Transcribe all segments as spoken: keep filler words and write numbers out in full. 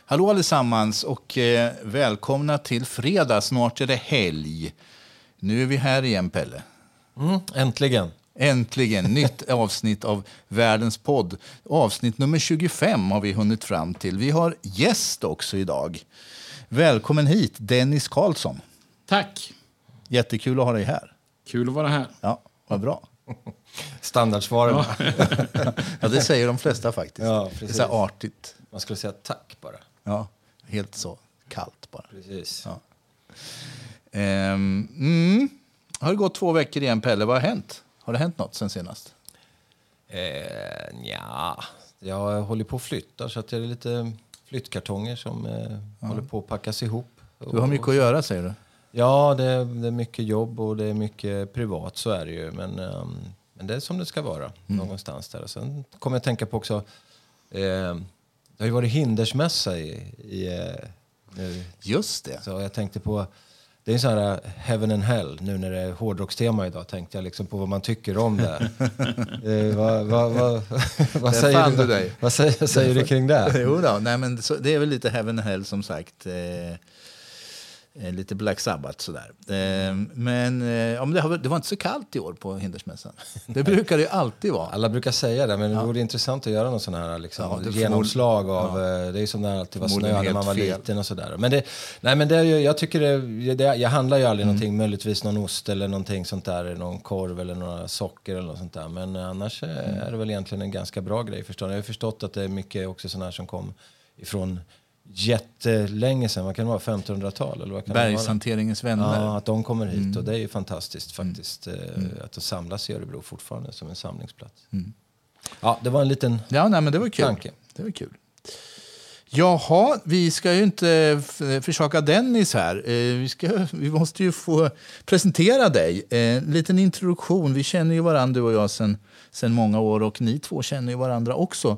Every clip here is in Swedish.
Hallå allesammans och eh, välkomna till fredag. Snart är det helg. Nu är vi här igen, Pelle. Mm, äntligen. Äntligen. Nytt avsnitt av Världens podd. Avsnitt nummer tjugofem har vi hunnit fram till. Vi har gäst också idag. Välkommen hit, Dennis Karlsson. Tack. Jättekul att ha dig här. Kul att vara här. Ja, vad bra. Standardsvaren. Ja, ja det säger de flesta faktiskt. Ja, det är så här artigt. Man skulle säga tack bara. Ja, helt så kallt bara. Precis. Ja. Ehm, mm. Har det gått två veckor igen, Pelle? Vad har hänt? Har det hänt något sen senast? Eh, ja, jag håller på att flytta så att det är lite flyttkartonger som eh, ja. håller på att packas ihop. Du har mycket att göra, säger du? Ja, det är, det är mycket jobb och det är mycket privat, så är det ju. Men, um, men det är som det ska vara mm. någonstans där. Och sen kommer jag att tänka på också, eh, det har ju varit hindersmässa i, i nu. Just det. Så jag tänkte på, det är en sån här heaven and hell, nu när det är hårdrockstema idag, tänkte jag liksom på vad man tycker om det. eh, vad, vad, vad, vad säger du, dig? Vad säger, säger du kring det? Jo då, nej men så, det är väl lite heaven and hell som sagt. Eh, lite Black Sabbath sådär. Eh, men eh, det, har, det var inte så kallt i år på Hindersmässan. Det brukar det ju alltid vara. Alla brukar säga det, men det ja. vore intressant att göra någon sån här liksom, ja, genomslag av, ja. det är ju som när det alltid var snö när man var fel. liten och sådär. Men det, nej men det är ju, jag tycker det, det jag handlar ju aldrig mm. någonting, möjligtvis någon ost eller någonting sånt där, någon korv eller några socker eller något sånt där. Men annars mm. är det väl egentligen en ganska bra grej, förstår ni. Jag har förstått att det är mycket också sån här som kom ifrån jättelänge sedan, vad kan det vara, femtonhundratal eller vad kan Bergshanteringens vänner. Ja, att de kommer hit mm. och det är ju fantastiskt faktiskt mm. att de samlas i Örebro fortfarande som en samlingsplats. Mm. Ja, det var en liten ja, nej, men det var kul. tanke. Det var kul. Jaha, vi ska ju inte försöka Dennis här. Vi, ska, vi måste ju få presentera dig. En liten introduktion. Vi känner ju varandra, du och jag, sedan, sedan många år, och ni två känner ju varandra också.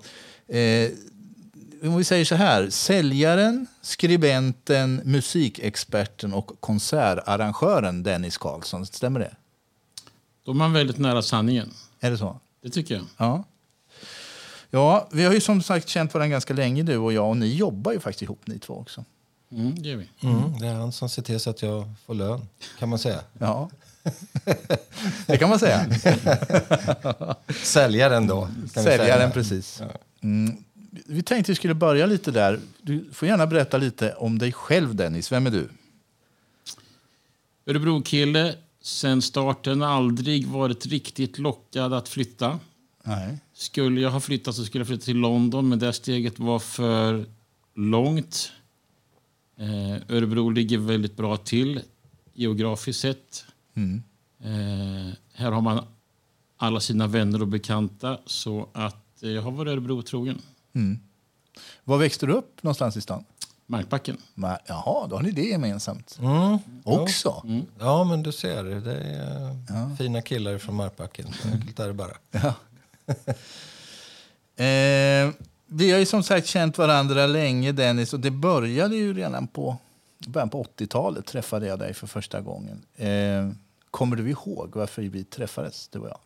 Om vi säger så här, säljaren, skribenten, musikexperten och konsertarrangören Dennis Karlsson, stämmer det? Då är man väldigt nära sanningen. Är det så? Det tycker jag. Ja. Ja, vi har ju som sagt känt varandra ganska länge, du och jag, och ni jobbar ju faktiskt ihop, ni två också. Mm, det gör vi. Mm, det är han som ser till så att jag får lön, kan man säga. Ja, det kan man säga. Säljaren då. Kan Säljaren, vi precis. Mm. Vi tänkte att vi skulle börja lite där. Du får gärna berätta lite om dig själv, Dennis. Vem är du? Örebro-kille. Sen starten aldrig varit riktigt lockad att flytta. Nej. Skulle jag ha flyttat så skulle jag flytta till London, men det steget var för långt. Eh, Örebro ligger väldigt bra till geografiskt sett. Mm. Eh, här har man alla sina vänner och bekanta, så att eh, jag har varit Örebro-trogen. Mm. Var växte du upp någonstans i stan? Markbacken. Ma- Jaha, då har ni det gemensamt. Mm. Också? Mm. Ja, men du ser, det är uh, ja. fina killar från Markbacken. Enkelt är det bara. Ja. eh, vi har ju som sagt känt varandra länge, Dennis, och det började ju redan på, början på åttiotalet träffade jag dig för första gången. Eh, kommer du ihåg varför vi träffades, du och jag?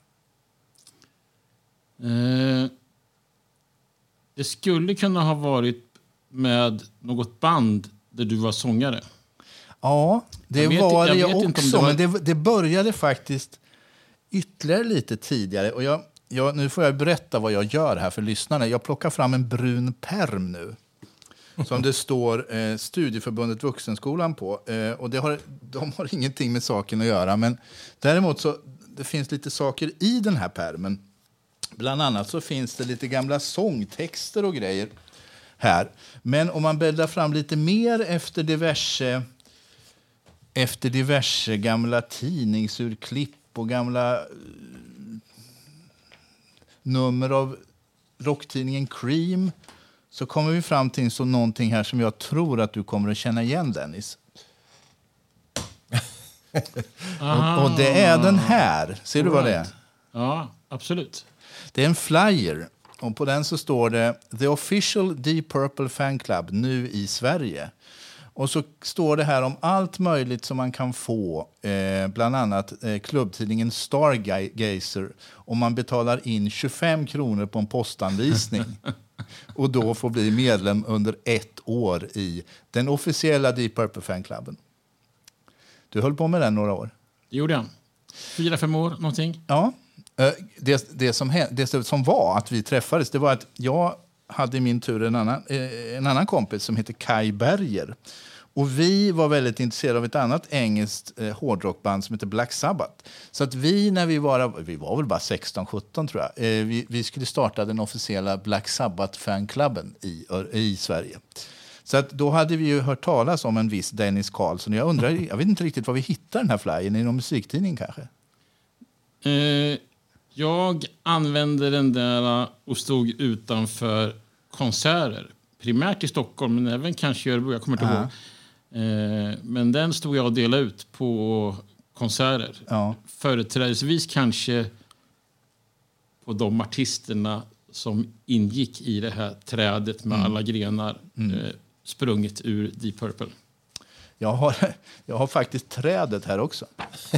Eh... Det skulle kunna ha varit med något band där du var sångare. Ja, det jag vet, var jag det vet också. Det var... Men det, det började faktiskt ytterligare lite tidigare. Och jag, jag, nu får jag berätta vad jag gör här för lyssnarna. Jag plockar fram en brun perm nu. Som det står eh, Studieförbundet Vuxenskolan på. Eh, och det har, de har ingenting med saken att göra. Men däremot så det finns lite saker i den här permen. Bland annat så finns det lite gamla sångtexter och grejer här. Men om man bäddar fram lite mer efter diverse, efter diverse gamla tidningsurklipp och gamla uh, nummer av rocktidningen Cream, så kommer vi fram till så någonting här som jag tror att du kommer att känna igen, Dennis. och, och det är den här. Ser du vad det är? Ja, absolut. Det är en flyer, och på den så står det The Official Deep Purple Fan Club nu i Sverige. Och så står det här om allt möjligt som man kan få, eh, bland annat eh, klubbtidningen Stargazer, om man betalar in tjugofem kronor på en postanvisning. och då få bli medlem under ett år i den officiella Deep Purple fanklubben. Du höll på med den några år. Det gjorde jag. Fyra, fem år någonting. Ja. Det, det, som, det som var att vi träffades, det var att jag hade i min tur en annan, en annan kompis som heter Kai Berger. Och vi var väldigt intresserade av ett annat engelskt eh, hårdrockband som heter Black Sabbath. Så att vi, när vi var, vi var väl bara sexton sjutton tror jag, eh, vi, vi skulle starta den officiella Black Sabbath-fanklubben i, i Sverige. Så att då hade vi ju hört talas om en viss Dennis Karlsson. Jag undrar, jag vet inte riktigt var vi hittar den här flyern, i någon musiktidning kanske? Eh, jag använde den där och stod utanför konserter. Primärt i Stockholm, men även kanske i Örebro, jag kommer inte ihåg. Eh, men den stod jag och delade ut på konserter. Ja. Företrädesvis kanske på de artisterna som ingick i det här trädet med mm. alla grenar mm. eh, sprunget ur Deep Purple. Jag har, jag har faktiskt trädet här också.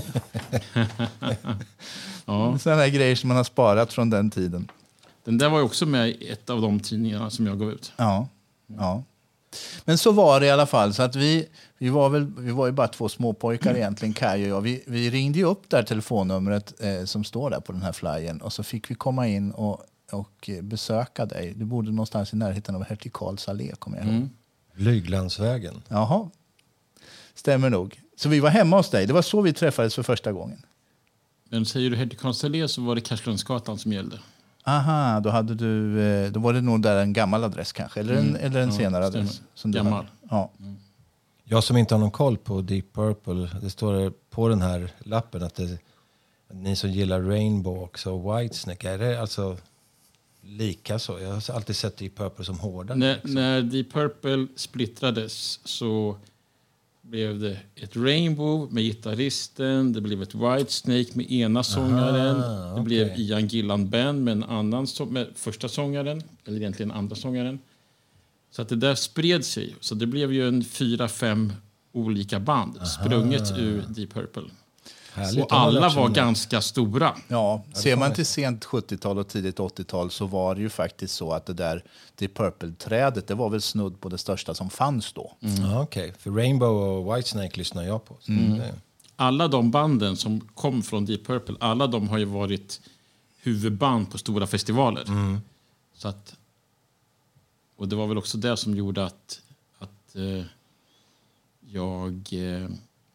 Ja. Sådana här grejer som man har sparat från den tiden. Den där var ju också med i ett av de tidningarna som jag gav ut. Ja, ja. Men så var det i alla fall. Så att vi, vi, var väl, vi var ju bara två små pojkar egentligen, Kaj och jag. Vi, vi ringde ju upp där telefonnumret eh, som står där på den här flyen. Och så fick vi komma in och, och besöka dig. Du bodde någonstans i närheten av Hertig Karls allé, kommer jag ihåg. Mm. Lyglandsvägen. Jaha, stämmer nog. Så vi var hemma hos dig. Det var så vi träffades för första gången. Men säger du Hertig Karls allé så var det Karlslundsgatan som gällde. Aha, då, hade du, då var det nog där en gammal adress kanske, eller en, mm. eller en ja, senare adress. Som gammal. Ja. Mm. Jag som inte har någon koll på Deep Purple, det står på den här lappen att, det, att ni som gillar Rainbow också och Whitesnake, är det alltså lika så? Jag har alltid sett Deep Purple som hårdare. När, liksom. när Deep Purple splittrades så blev det ett Rainbow med gitarristen, det blev ett Whitesnake med ena sångaren, aha, det okay. blev Ian Gillan Band med en annan med första sångaren, eller egentligen andra sångaren. Så att det där spred sig, så det blev ju en fyra, fem olika band aha. sprunget ur Deep Purple. Härligt. Och alla var ganska stora. Ja, ser man till sent sjuttiotal och tidigt åttiotal så var det ju faktiskt så att det där Deep Purple-trädet, det var väl snudd på det största som fanns då. Mm. Ja, okej. Okay. För Rainbow och Whitesnake lyssnar jag på. Mm. Alla de banden som kom från Deep Purple, alla de har ju varit huvudband på stora festivaler. Mm. Så att, och det var väl också det som gjorde att, att eh, jag... Eh,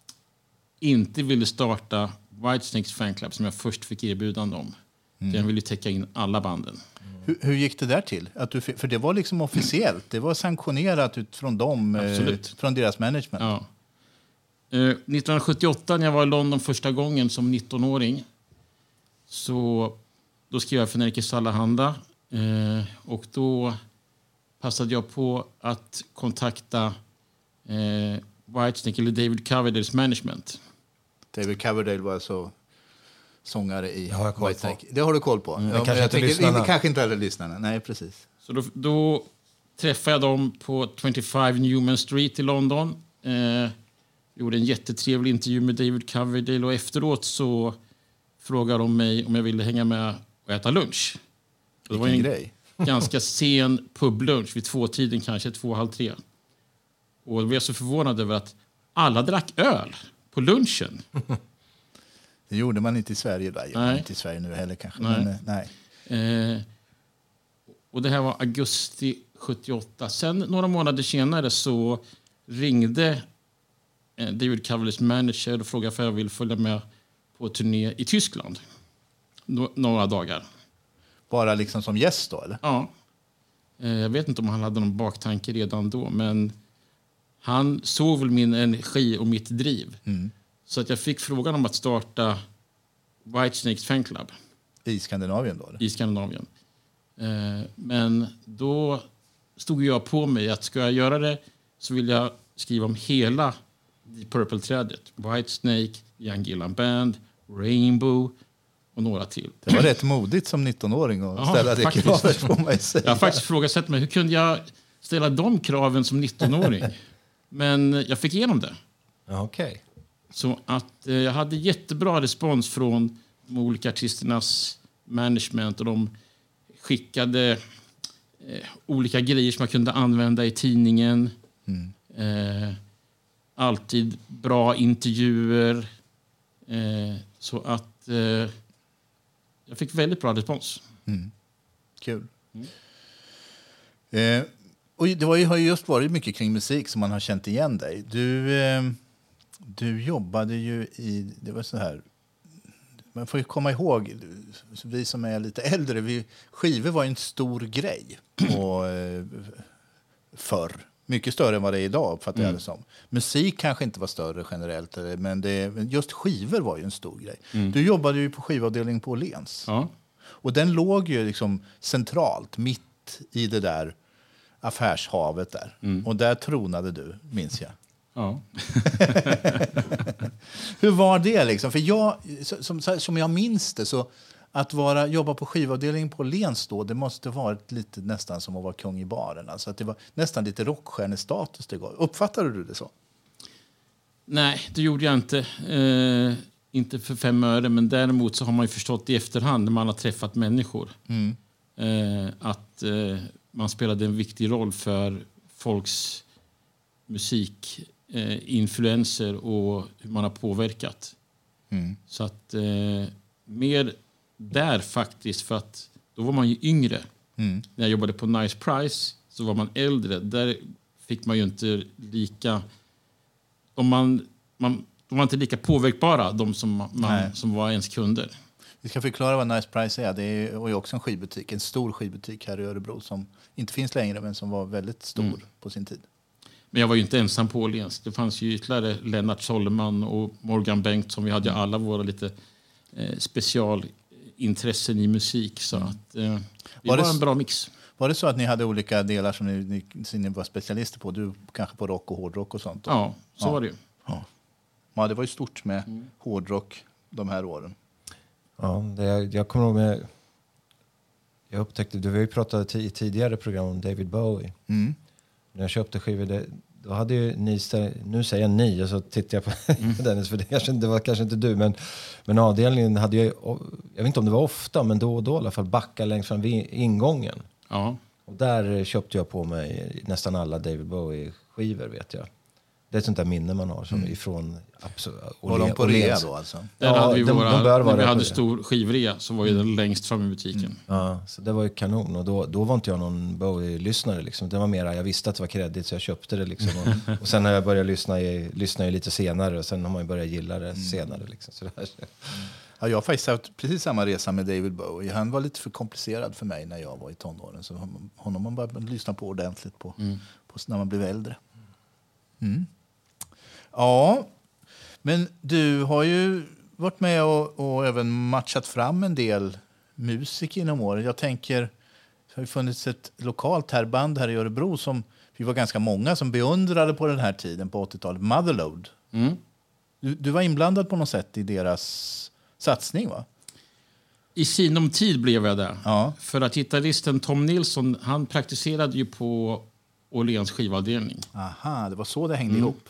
inte ville starta Whitesnakes fanclub som jag först fick erbjudande om. Mm. Jag ville täcka in alla banden. Mm. Hur, hur gick det där till? Att du, för det var liksom officiellt. Det var sanktionerat ut från dem, eh, från deras management. Ja. Eh, nittonhundrasjuttioåtta när jag var i London första gången som nittonåring så då skrev jag för Nerikes Allehanda eh, och då passade jag på att kontakta eh, Whitesnake eller David Coverdales management. David Coverdale var alltså sångare i ja, Whitesnake. Det har du koll på. Mm. Ja, kanske, jag inte tänker, inte, kanske inte alla lyssnarna. Nej, precis. Så då, då träffade jag dem på tjugofem Newman Street i London. Eh, gjorde en jättetrevlig intervju med David Coverdale och efteråt så frågade de mig om jag ville hänga med och äta lunch. Det var en grej. ganska sen publunch vid tvåtiden, kanske två, halv tre. Och jag blev så förvånad över att alla drack öl på lunchen. Det gjorde man inte i Sverige. Där. Gör man inte i Sverige nu heller kanske. Nej. Men, nej. Eh, och det här var augusti sjuttioåtta. Sen några månader senare så ringde eh, David Coverdales manager och frågade om jag ville följa med på turné i Tyskland. Nå- några dagar. Bara liksom som gäst då, eller? Ja. Eh, jag vet inte om han hade någon baktanke redan då, men han såg väl min energi och mitt driv. Mm. Så att jag fick frågan om att starta Whitesnakes fanclub. I Skandinavien då? Eller? I Skandinavien. Eh, men då stod jag på mig att ska jag göra det så vill jag skriva om hela Deep Purple-trädet. Whitesnake, Ian Gillan Band, Rainbow och några till. Det var rätt modigt som nittonåring att ställa ja, det faktiskt. kravet på mig. Jag har faktiskt frågat mig hur kunde jag ställa de kraven som nittonåring? Men jag fick igenom det. Okej. Okay. Så att eh, jag hade jättebra respons från de olika artisternas management och de skickade eh, olika grejer som man kunde använda i tidningen. Mm. Eh, alltid bra intervjuer. Eh, så att eh, jag fick väldigt bra respons. Mm. Kul. Mm. Eh, och det var ju, har ju just varit mycket kring musik som man har känt igen dig. Du, eh, du jobbade ju i... Det var så här... Man får ju komma ihåg, vi som är lite äldre, vi, skivor var ju en stor grej och, eh, förr. Mycket större än vad det är idag, uppfattar jag det som. Musik kanske inte var större generellt, men det, just skivor var ju en stor grej. Mm. Du jobbade ju på skivavdelningen på Åhléns. Ja. Och den låg ju liksom centralt, mitt i det där affärshavet där. Mm. Och där tronade du, minns jag. Ja. Hur var det liksom? För jag, som, som jag minns det, så att vara, jobba på skivavdelningen på Åhléns då, det måste varit lite nästan som att vara kung i baren. Alltså att det var nästan lite rockstjärnestatus det gav. Uppfattade du det så? Nej, det gjorde jag inte. Eh, inte för fem öre, men däremot så har man ju förstått i efterhand när man har träffat människor mm. eh, att eh, man spelade en viktig roll för folks musik, eh, influenser och hur man har påverkat. Mm. Så att eh, mer där faktiskt, för att då var man ju yngre. Mm. När jag jobbade på Nice Price så var man äldre. Där fick man ju inte lika... Om man, man, de var inte lika påverkbara, de som, man, som var ens kunder. Vi ska förklara vad Nice Price är. Det är ju också en skivbutik, en stor skivbutik här i Örebro som inte finns längre, men som var väldigt stor mm. på sin tid. Men jag var ju inte ensam på Åhléns. Det fanns ju ytterligare Lennart Solleman och Morgan Bengt som vi hade mm. alla våra lite eh, specialintressen i musik. Så mm. att, eh, det var, var det, en bra mix. Var det så att ni hade olika delar som ni, ni, som ni var specialister på? Du kanske på rock och hårdrock och sånt? Då? Ja, så ja. var det ju. Ja. Ja, det var ju stort med mm. hårdrock de här åren. Ja, det, jag kommer ihåg med... Jag upptäckte, du har ju pratat i tidigare program om David Bowie. Mm. När jag köpte skivor, det, då hade ju ni, nu säger jag ni, och så tittar jag på mm. Dennis, för det, kanske, det var kanske inte du, men, men avdelningen hade ju, jag vet inte om det var ofta, men då och då i alla fall backa längst fram vid ingången. Ja. Och där köpte jag på mig nästan alla David Bowie-skivor, vet jag. Det är ett sånt där minne man har som mm. ifrån absolut. Var de på rea då alltså? Där ja, hade vi de, våra, de bör vara när vi hade stor skivrea så var ju den längst fram i butiken. Mm. Ja, så det var ju kanon. Och då, då var inte jag någon Bowie-lyssnare liksom. Det var mera, jag visste att det var kredit så jag köpte det liksom. Och, och sen har jag börjat lyssna, i, lyssna i lite senare och sen har man ju börjat gilla det mm. senare liksom. Så där. Mm. Ja, jag har faktiskt haft precis samma resa med David Bowie. Han var lite för komplicerad för mig när jag var i tonåren. Så honom man bara lyssna på ordentligt på, mm. på när man blev äldre. Mm. Ja, men du har ju varit med och, och även matchat fram en del musik inom åren. Jag tänker, det har ju funnits ett lokalt härband här i Örebro som vi var ganska många som beundrade på den här tiden på åttiotalet, Motherload. Mm. Du, du var inblandad på något sätt i deras satsning, va? I sinom tid blev jag det. Ja. För att gitarristen Tom Nilsson, han praktiserade ju på Åhléns skivavdelning. Aha, det var så det hängde mm. ihop.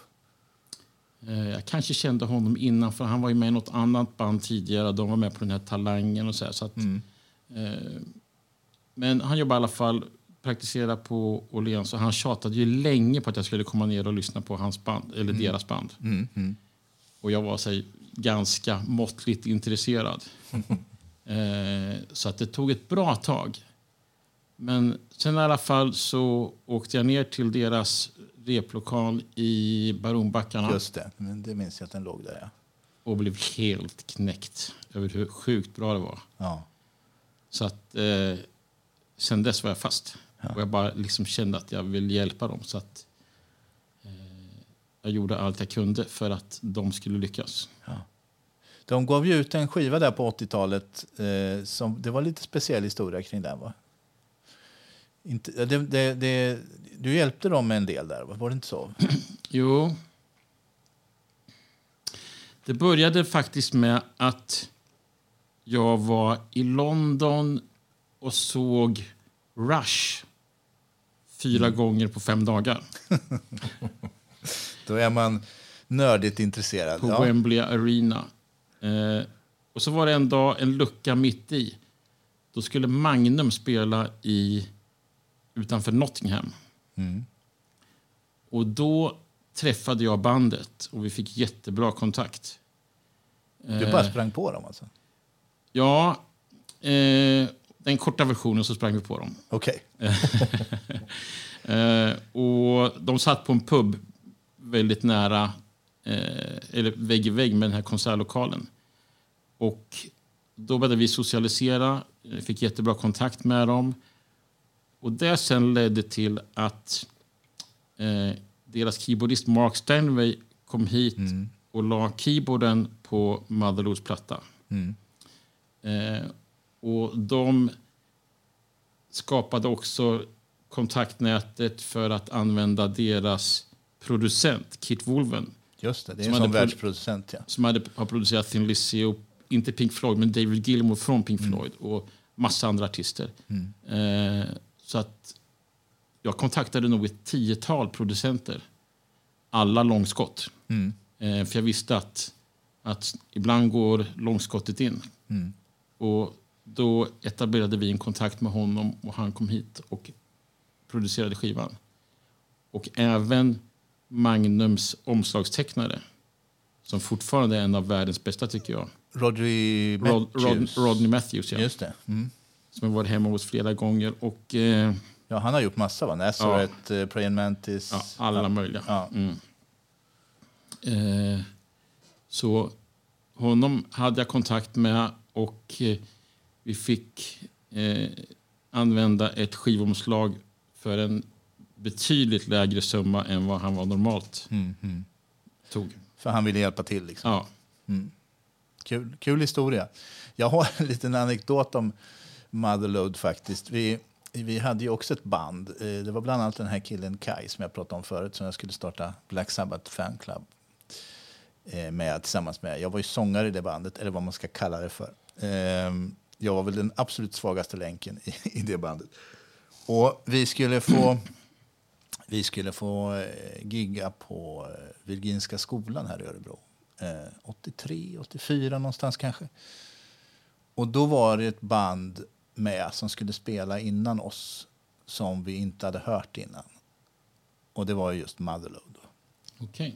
Jag kanske kände honom innan, för han var ju med i något annat band tidigare. De var med på den här Talangen och så här, så att, mm. eh, men han jobbade i alla fall, praktiserade på Åhléns, så han tjatade ju länge på att jag skulle komma ner och lyssna på hans band, eller mm. deras band. Mm. Mm. Och jag var så ganska måttligt intresserad. eh, så att det tog ett bra tag. Men sen i alla fall så åkte jag ner till deras replokal i Baronbackarna. Just det, men det minns jag att den låg där, ja. Och blev helt knäckt över hur sjukt bra det var. Ja. Så att eh, sen dess var jag fast. Ja. Och jag bara liksom kände att jag vill hjälpa dem. Så att eh, jag gjorde allt jag kunde för att de skulle lyckas. Ja. De gav ju ut en skiva där på åttiotalet. Eh, som, det var lite speciell historia kring den, va? Inte, det, det, det, du hjälpte dem med en del där, var det inte så? Jo. Det började faktiskt med att jag var i London och såg Rush fyra mm. gånger på fem dagar. Då är man nördigt intresserad. På ja. Wembley Arena. Eh, och så var det en dag en lucka mitt i. Då skulle Magnum spela i utanför Nottingham. Mm. Och då träffade jag bandet och vi fick jättebra kontakt. Du bara sprang på dem alltså? Ja, eh, den korta versionen så sprang vi på dem. Okej. eh, och de satt på en pub väldigt nära, eh, eller vägg i vägg med den här konsertlokalen. Och då började vi socialisera, fick jättebra kontakt med dem. Och det sen ledde till att eh, deras keyboardist Mark Stanway kom hit mm. och la keyboarden på Motherloods platta. Mm. Eh, och de skapade också kontaktnätet för att använda deras producent, Kit Wolven. Just det, det är en sån världsproducent. Ja. Som hade har producerat Thin Lizzy och inte Pink Floyd, men David Gilmour från Pink mm. Floyd och massa andra artister. Mm. Eh, så att jag kontaktade nog ett tiotal producenter. Alla långskott. Mm. Eh, för jag visste att, att ibland går långskottet in. Mm. Och då etablerade vi en kontakt med honom och han kom hit och producerade skivan. Och även Magnums omslagstecknare, som fortfarande är en av världens bästa tycker jag. Rodney Rod, Rod, Rodney Matthews, ja. Just det. Mm. Som har varit hemma hos flera gånger. Och, eh, ja, han har gjort massa, va? Nazareth, ja. uh, Praying Mantis. Ja, alla ja. möjliga. Ja. Mm. Eh, så honom hade jag kontakt med och eh, vi fick eh, använda ett skivomslag för en betydligt lägre summa än vad han var normalt mm, mm. tog. För han ville hjälpa till liksom. Ja. Mm. Kul, kul historia. Jag har en liten anekdot om Motherload faktiskt. Vi, vi hade ju också ett band. Det var bland annat den här killen Kai som jag pratade om förut som jag skulle starta Black Sabbath Fan Club med tillsammans med. Jag var ju sångare i det bandet, eller vad man ska kalla det för. Jag var väl den absolut svagaste länken i, i det bandet. Och vi skulle få vi skulle få gigga på Virginska skolan här i Örebro. åttiotre, åttiofyra någonstans kanske. Och då var det ett band med som skulle spela innan oss som vi inte hade hört innan. Och det var just Motherload. Okej. Okay.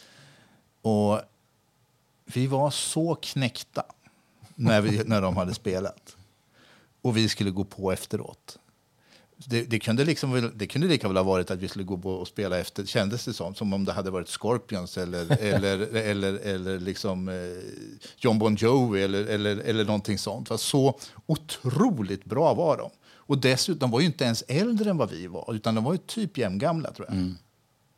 Och vi var så knäckta när, vi, när de hade spelat. Och vi skulle gå på efteråt. Det, det, kunde liksom, det kunde lika väl ha varit att vi skulle gå på och spela efter, kändes det som, som om det hade varit Scorpions eller, eller, eller, eller liksom eh, John Bon Jovi eller, eller, eller någonting sånt. Så otroligt bra var de. Och dessutom var ju inte ens äldre än vad vi var, utan de var ju typ jämngamla tror jag. Mm.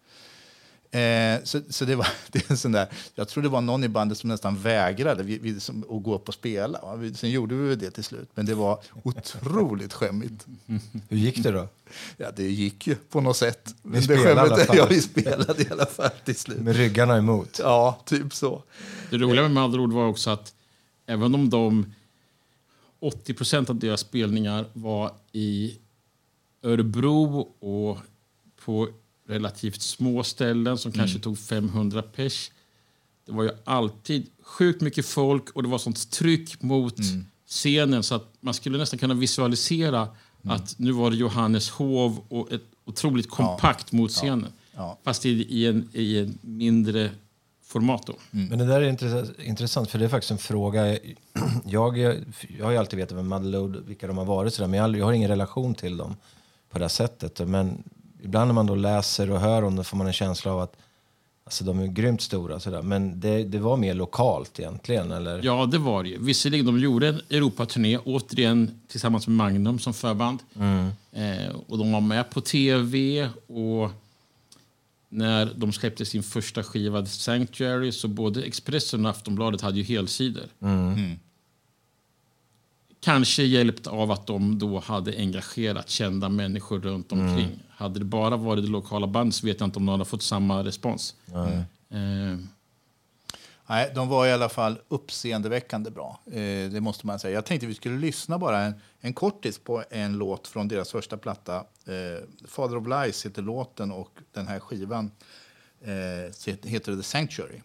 Eh, så så det var det är en sån där, jag tror det var någon i bandet som nästan vägrade vi, vi, som, att gå upp och spela. Va? Vi, sen gjorde vi det till slut, men det var otroligt skämmigt. Hur gick det då? Ja, det gick ju på något sätt. Vi spelade, ja, vi spelade i alla fall till slut. Med ryggarna emot? Ja, typ så. Det roliga med Motherload var också att även om de åttio procent av deras spelningar var i Örebro och på relativt små ställen som mm. kanske tog femhundra pers. Det var ju alltid sjukt mycket folk och det var sånt tryck mot mm. scenen så att man skulle nästan kunna visualisera mm. att nu var det Johanneshov och ett otroligt kompakt ja. mot scenen. Ja. Ja. Fast i, i, en, i en mindre format då. Mm. Men det där är intressant för det är faktiskt en fråga. Jag, jag har ju alltid vetat med Motherload vilka de har varit sådär, men jag, jag har ingen relation till dem på det här sättet. Men ibland när man då läser och hör om det får man en känsla av att alltså, de är grymt stora. Sådär. Men det, det var mer lokalt egentligen, eller? Ja, det var det ju. Visserligen, de gjorde en Europaturné, återigen tillsammans med Magnum som förband. Mm. Eh, och de var med på tv och när de släppte sin första skiva The Sanctuary så både Expressen och Aftonbladet hade ju helsidor. Mm. Mm. Kanske hjälpt av att de då hade engagerat kända människor runt omkring. Mm. Hade det bara varit det lokala band så vet jag inte om de hade fått samma respons. Mm. Eh. Nej, de var i alla fall uppseendeväckande bra. Eh, det måste man säga. Jag tänkte vi skulle lyssna bara en, en kortis på en låt från deras första platta. Eh, Father of Lies heter låten och den här skivan eh, heter The Sanctuary.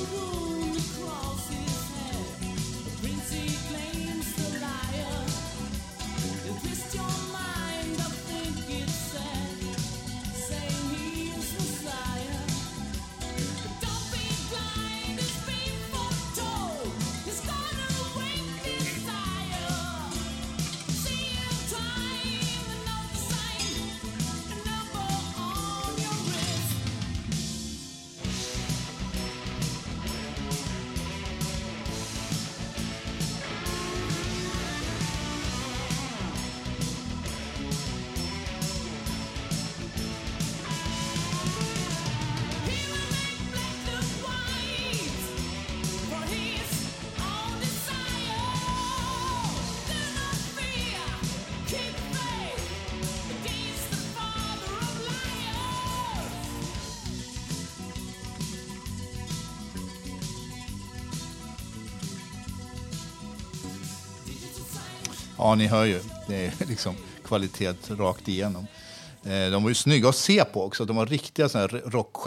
Ja, ni hör ju. Det är liksom kvalitet rakt igenom. De var ju snygga att se på också. De var riktiga såna här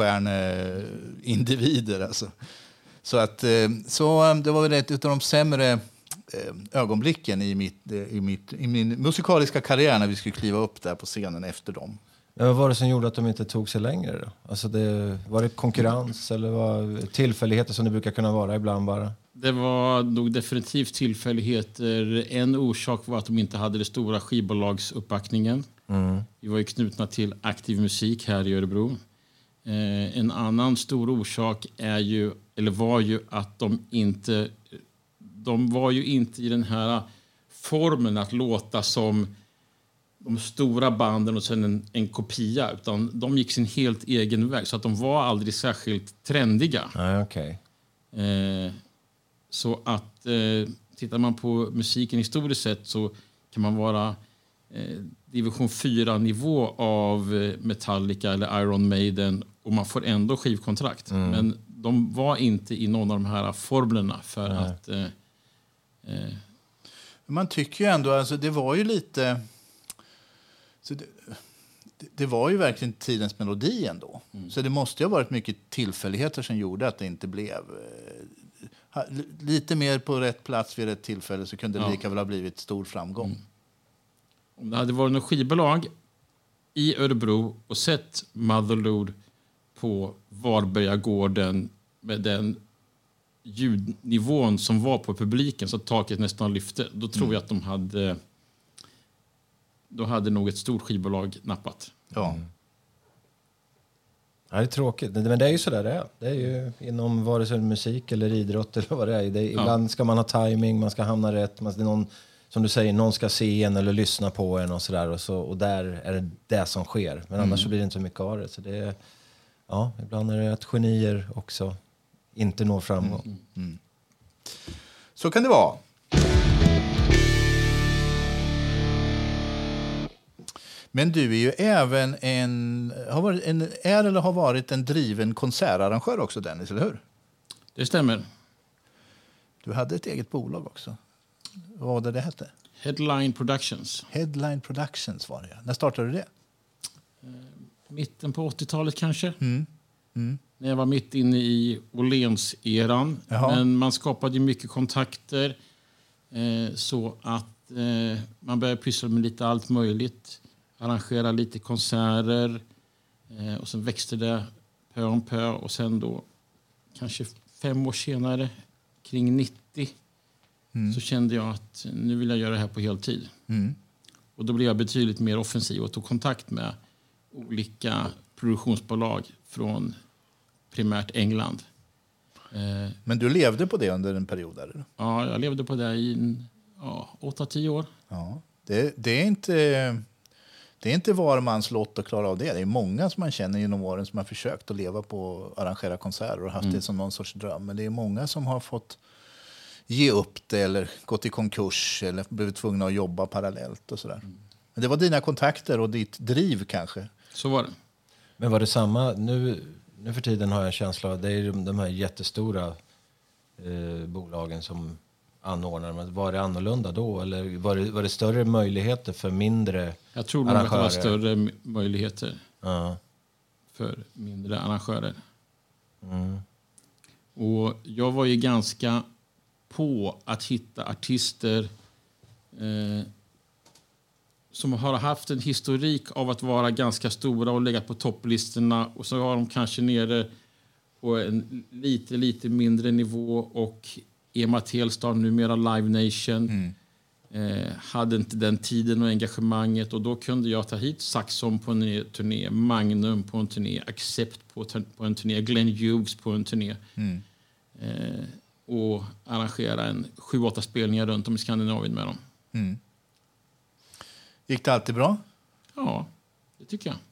rockstjärne-individer. Alltså. Så, att, så det var väl ett av de sämre ögonblicken i, mitt, i, mitt, i min musikaliska karriär när vi skulle kliva upp där på scenen efter dem. Ja, vad var det som gjorde att de inte tog sig längre då? Alltså det, var det konkurrens eller var tillfälligheter som det brukar kunna vara ibland bara? Det var nog definitivt tillfälligheter. En orsak var att de inte hade det stora skivbolagsuppbackningen. Mm. Vi var ju knutna till Aktiv Musik här i Örebro. Eh, en annan stor orsak är ju, eller var ju att de inte, de var ju inte i den här formen att låta som de stora banden och sen en, en kopia, utan de gick sin helt egen väg, så att de var aldrig särskilt trendiga. Ah, okay. eh, så att eh, tittar man på musiken historiskt sett så kan man vara eh, division fyra nivå av eh, Metallica eller Iron Maiden och man får ändå skivkontrakt. Mm. Men de var inte i någon av de här formlerna för Nej. att eh, eh, man tycker ju ändå, alltså det var ju lite så det, det var ju verkligen tidens melodi ändå. Mm. Så det måste ju ha varit mycket tillfälligheter som gjorde att det inte blev eh, lite mer på rätt plats vid rätt tillfälle, så kunde det ja. lika väl ha blivit stor framgång. Mm. Om det hade varit något skivbolag i Örebro och sett Motherload på Varbergagården med den ljudnivån som var på publiken så taket nästan lyfte, då tror mm. jag att de hade då hade nog ett stort skivbolag nappat. Ja. Mm. Ja, det är tråkigt. Men det är ju så där det är. Det är ju inom vare sig musik eller idrott eller vad det är. Det är ja. Ibland ska man ha timing, man ska hamna rätt. Man, det är någon, som du säger, någon ska se en eller lyssna på en och sådär. Och, så, och där är det det som sker. Men annars mm. så blir det inte så mycket av det. Så det är, ja, ibland är det att genier också inte når framgång. Mm. Mm. Så kan det vara. Men du är ju även en, har varit en, är eller har varit en driven konsertarrangör också, Dennis, eller hur? Det stämmer. Du hade ett eget bolag också. Vad var det det hette? Headline Productions. Headline Productions var det. När startade du det? Eh, mitten på åttiotalet kanske. Mm. Mm. När jag var mitt inne i Åhléns-eran. Jaha. Men man skapade ju mycket kontakter. Eh, så att eh, man började pyssla med lite allt möjligt. Arrangera lite konserter. Eh, och sen växte det pö om pö. Och sen då, kanske fem år senare, kring nittio, mm. så kände jag att nu vill jag göra det här på heltid. Mm. Och då blev jag betydligt mer offensiv och tog kontakt med olika produktionsbolag från primärt England. Eh, Men du levde på det under en period? Eller? Ja, jag levde på det i ja, åtta till tio år. Ja, det, det är inte... Det är inte var mans lott att klara av det. Det är många som man känner genom åren som har försökt att leva på att arrangera konserter och haft mm. det som någon sorts dröm. Men det är många som har fått ge upp det eller gått i konkurs eller blivit tvungna att jobba parallellt och sådär. Mm. Men det var dina kontakter och ditt driv kanske. Så var det. Men var det samma? Nu, nu för tiden har jag en känsla av att det är de, de här jättestora eh, bolagen som anordnar. Men var det annorlunda då? Eller var det, var det större möjligheter för mindre Jag tror nog att det var större möjligheter ja. för mindre arrangörer. Mm. Och jag var ju ganska på att hitta artister eh, som har haft en historik av att vara ganska stora och lägga på topplistorna. Och så har de kanske nere på en lite, lite mindre nivå. Och Emma Telstar, numera Live Nation, mm. eh, hade inte den tiden och engagemanget. Och då kunde jag ta hit Saxon på en turné, Magnum på en turné, Accept på, på en turné, Glenn Hughes på en turné. Mm. Eh, och arrangera en sju, åtta spelningar runt om i Skandinavien med dem. Mm. Gick det alltid bra? Ja, det tycker jag.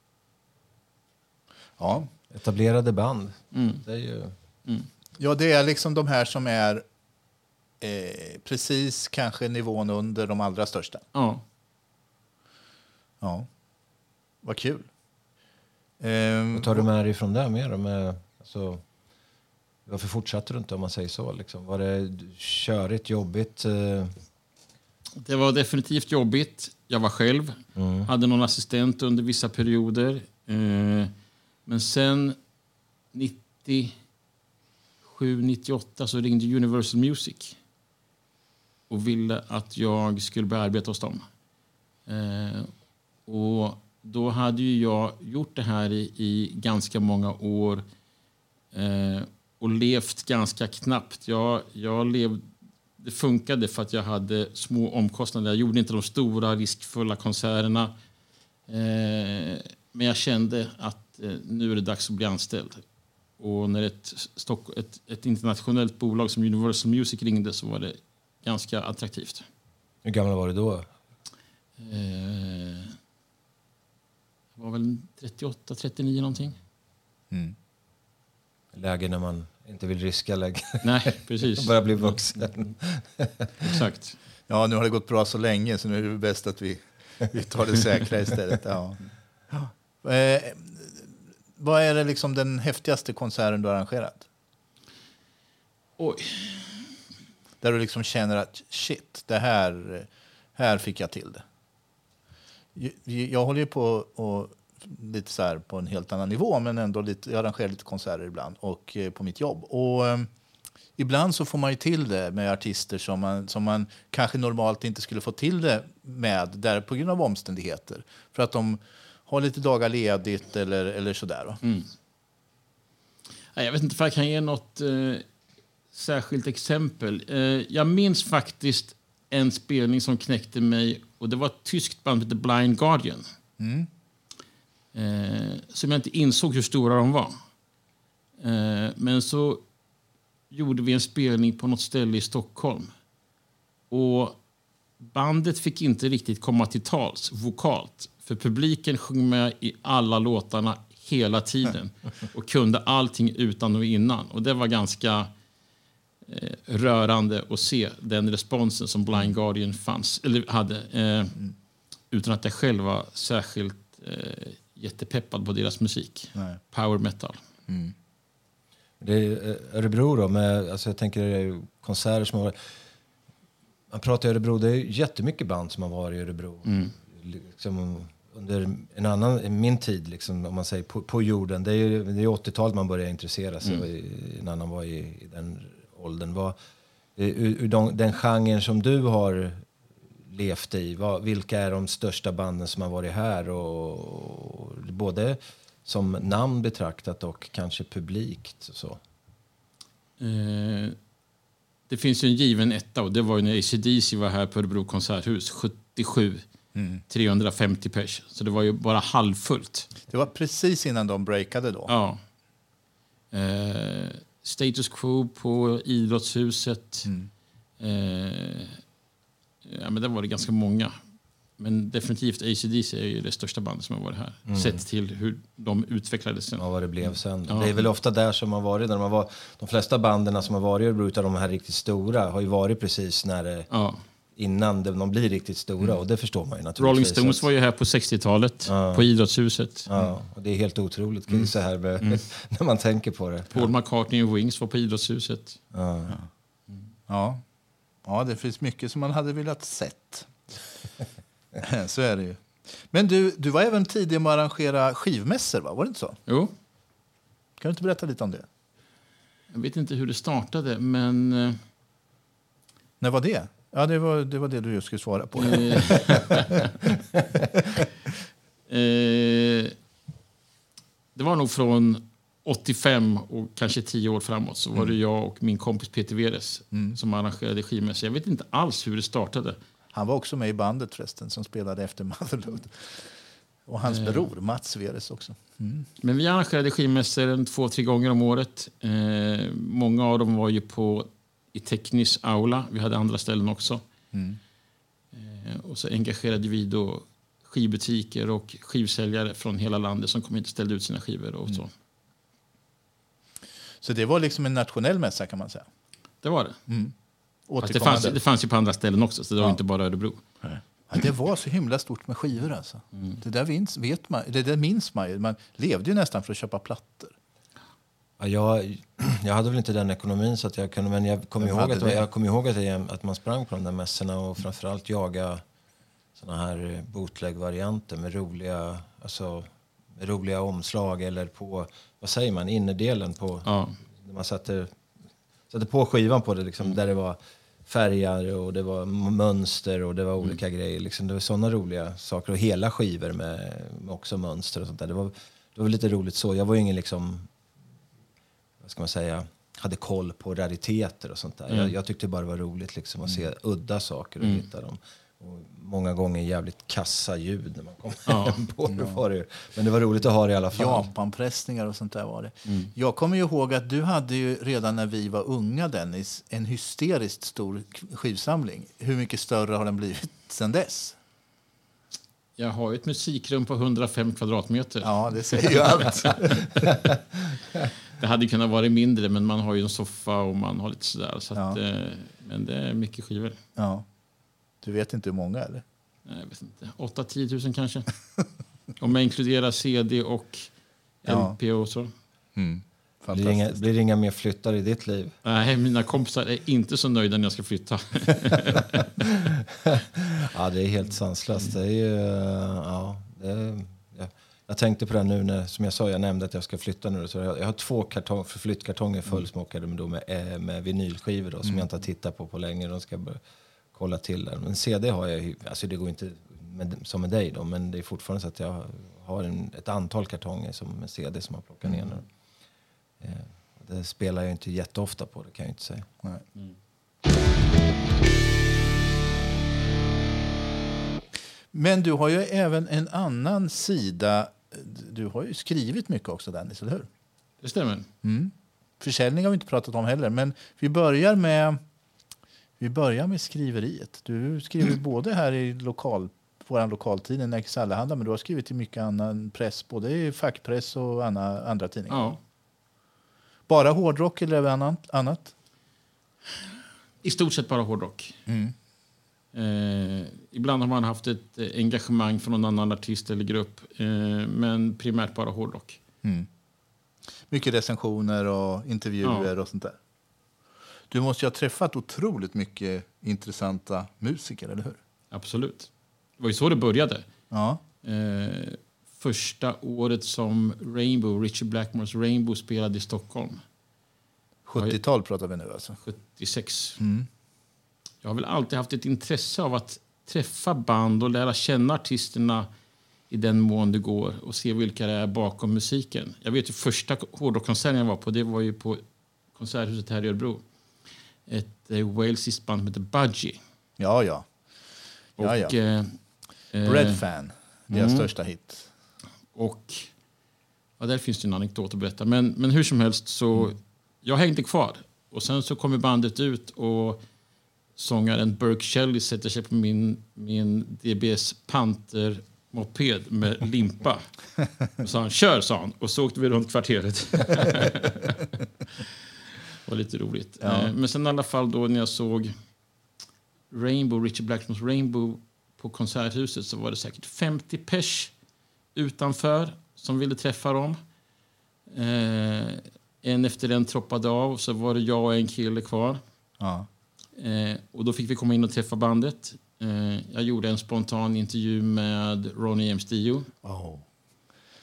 Ja. Etablerade band. Mm. Det är ju... Mm. Ja, det är liksom de här som är eh, precis kanske nivån under de allra största. Ja. Ja. Vad kul. Um, Vad tar du med dig från det mer? Med, alltså, varför fortsatte du inte, om man säger så? Liksom? Var det körigt, jobbigt? Eh... Det var definitivt jobbigt. Jag var själv. Mm. Hade någon assistent under vissa perioder. Eh, men sen nittiosju nittioåtta så ringde Universal Music och ville att jag skulle börja arbeta hos dem. Eh, och då hade ju jag gjort det här i, i ganska många år eh, och levt ganska knappt. Jag, jag levde, det funkade för att jag hade små omkostnader. Jag gjorde inte de stora riskfulla konserterna. Eh, men jag kände att eh, nu är det dags att bli anställd. Och när ett, stock, ett, ett internationellt bolag som Universal Music ringde så var det ganska attraktivt. Hur gammal var du då? Eh, jag var väl trettioåtta trettionio någonting. Mm. Läge när man inte vill riska läge. Nej, precis. Bara bli vuxen. Exakt. Ja, nu har det gått bra så länge så nu är det bäst att vi, vi tar det säkra istället. Ja. Ja. Eh, vad är det liksom den häftigaste konserten du har arrangerat? Oj. Där du liksom känner att shit, det här, här fick jag till det. Jag, jag håller ju på och lite så här på en helt annan nivå, men ändå lite, jag arrangerar lite konserter ibland och eh, på mitt jobb. Och eh, ibland så får man ju till det med artister som man, som man kanske normalt inte skulle få till det med där på grund av omständigheter. För att de har lite dagar ledigt eller, eller sådär. Mm. Jag vet inte om jag kan ge något eh, särskilt exempel. Eh, jag minns faktiskt en spelning som knäckte mig, och det var ett tyskt band, The Blind Guardian. Mm. Eh, som jag inte insåg hur stora de var. Eh, men så gjorde vi en spelning på något ställe i Stockholm. Och bandet fick inte riktigt komma till tals vokalt. För publiken sjöng med i alla låtarna hela tiden. Och kunde allting utan och innan. Och det var ganska eh, rörande att se den responsen som Blind Guardian fanns, eller hade. Eh, mm. Utan att jag själv var särskilt eh, jättepeppad på deras musik. Nej. Power metal. Mm. Det är Örebro då, med, alltså jag tänker det är konserter som har varit, man pratar i Örebro, det är jättemycket band som har varit i Örebro. Mm. Liksom under en annan, min tid liksom, om man säger på, på jorden, det är ju det är åttiotalet man börjar intressera sig, mm. en annan var i, i den åldern. Var, ur, ur de, den genren som du har levt i, vad, vilka är de största banden som har varit här, och, och både som namn betraktat och kanske publikt så? Eh, det finns ju en given etta, och det var ju när A C D C var här på Örebro konserthus sjuttiosju. Mm. trehundrafemtio pers. Så det var ju bara halvfullt. Det var precis innan de breakade då. Ja. Eh, Status Quo på Idrottshuset. Mm. Eh, ja, men det var det ganska många. Men definitivt A C D C är ju det största bandet som har varit här. Mm. Sett till hur de utvecklades sen. Ja, vad det blev sen. Ja. Det är väl ofta där som har varit. När man var, de flesta banden som har varit i Örebro, de här riktigt stora, har ju varit precis när det, ja. innan de blir riktigt stora. Mm. Och det förstår man ju naturligtvis. Rolling Stones var ju här på sextiotalet. Ja. På Idrottshuset. Ja, och det är helt otroligt mm. så här med, mm. när man tänker på det. Paul McCartney och Wings var på Idrottshuset. Ja. Ja. Ja. Ja, det finns mycket som man hade velat sett. Så är det ju. Men du, du var även tidig med att arrangera skivmässor, va? Var det inte så? Jo. Kan du inte berätta lite om det? Jag vet inte hur det startade, men... När var det? Ja, det var det, var det du skulle svara på. eh, det var nog från åttiofem och kanske tio år framåt. Så var det jag och min kompis Peter Veres mm. som arrangerade skivmässigt. Jag vet inte alls hur det startade. Han var också med i bandet förresten som spelade efter Motherload. Och hans eh. bror Mats Veres också. Mm. Men vi arrangerade skivmässor två, tre gånger om året. Eh, många av dem var ju på i Teknis aula. Vi hade andra ställen också. Mm. Eh, och så engagerade vi då skivbutiker och skivsäljare från hela landet som kom hit och ställde ut sina skivor och så. Mm. Så det var liksom en nationell mässa kan man säga? Det var det. Mm. Det, fanns, det fanns ju på andra ställen också, så det var ja. inte bara Örebro. Nej. Ja, det var så himla stort med skivor alltså. Mm. Det där minns, vet man, det där minns man ju. Man levde ju nästan för att köpa plattor. Ja, jag, jag hade väl inte den ekonomin så att jag kunde, men jag kommer ihåg att, jag kom ihåg att, jag, att man sprang på de där mässorna och framförallt jaga såna här bootleg-varianter med roliga, alltså, med roliga omslag eller på, vad säger man, innerdelen på, ja. När man satte, satte på skivan på det liksom, mm. där det var färger och det var mönster och det var olika mm. grejer. Liksom. Det var sådana roliga saker. Och hela skivor med, med också mönster och sånt där. Det var, det var lite roligt så. Jag var ju ingen liksom, vad ska man säga, hade koll på rariteter och sånt där. Mm. Jag, jag tyckte bara det var roligt liksom, att mm. se udda saker och mm. hitta dem. Och många gånger jävligt kassa ljud när man kom ja. på det, var det. Men det var roligt att ha det i alla fall. Japanpressningar och sånt där var det. Mm. Jag kommer ju ihåg att du hade ju redan när vi var unga, Dennis, en hysteriskt stor skivsamling. Hur mycket större har den blivit sedan dess? Jag har ett musikrum på hundrafem kvadratmeter. Ja, det säger ju allt. Det hade kunnat vara mindre, men man har ju en soffa och man har lite sådär. Så att, ja. Men det är mycket skivor. Ja. Du vet inte hur många, eller? Nej, jag vet inte. åtta till tio tusen kanske. Om jag inkluderar C D och L P och så. Mm. Blir det inga, blir det inga mer flyttar i ditt liv? Nej, mina kompisar är inte så nöjda när jag ska flytta. Ja, det är helt sanslöst. Det är ju, ja, det är, ja. Jag tänkte på det nu när, som jag sa, jag nämnde att jag ska flytta nu. Så jag, jag har två kartong, flyttkartonger fullsmockade med, med, med vinylskivor då, som mm. jag inte har tittat på på länge. De ska börja kolla till där. Men C D har jag, alltså det går inte med, som med dig då, men det är fortfarande så att jag har en, ett antal kartonger som med C D som man plockar ner nu. Eh, det spelar jag inte jätteofta på, det kan jag inte säga. Nej. Mm. Men du har ju även en annan sida. Du har ju skrivit mycket också, Dennis, eller hur? Det stämmer. Mm. Försäljning har vi inte pratat om heller, men vi börjar med Vi börjar med skriveriet. Du skriver mm. både här i lokal, vår lokaltidning Närkes Allehanda, men du har skrivit i mycket annan press, både i fackpress och andra, andra tidningar. Ja. Bara hårdrock eller annat? annat? I stort sett bara hårdrock. Mm. Eh, ibland har man haft ett eh, engagemang från någon annan artist eller grupp, eh, men primärt bara hårdrock. Mm. Mycket recensioner och intervjuer ja. och sånt där. Du måste ju ha träffat otroligt mycket intressanta musiker, eller hur? Absolut. Det var ju så det började. Ja. Eh, första året som Rainbow, Richard Blackmores Rainbow spelade i Stockholm. sjuttiotal pratar vi nu alltså? sjuttiosex. Mm. Jag har väl alltid haft ett intresse av att träffa band och lära känna artisterna i den mån det går och se vilka det är bakom musiken. Jag vet ju första hårdrockkonserten jag var på, det var ju på Konserthuset här i Örebro. Ett eh, walesiskt band som heter Budgie. Ja, ja. ja, och, ja. Eh, Bread Fan, deras mm. största hit. Och ja, där finns det en anekdot att berätta. Men, men hur som helst så, mm. jag hängde kvar. Och sen så kommer bandet ut och sångaren Burke Shelley sätter sig på min, min D B S Panther moped med limpa. Och sa han, kör, sa han. Och så åkte vi runt kvarteret. Det var lite roligt. Ja. Men sen i alla fall då när jag såg Rainbow, Richard Blackmores Rainbow på Konserthuset, så var det säkert femtio pers utanför som ville träffa dem. Eh, en efter en troppade av, så var det jag och en kille kvar. Ja. Eh, och då fick vi komma in och träffa bandet. Eh, jag gjorde en spontan intervju med Ronny James Dio. Oh.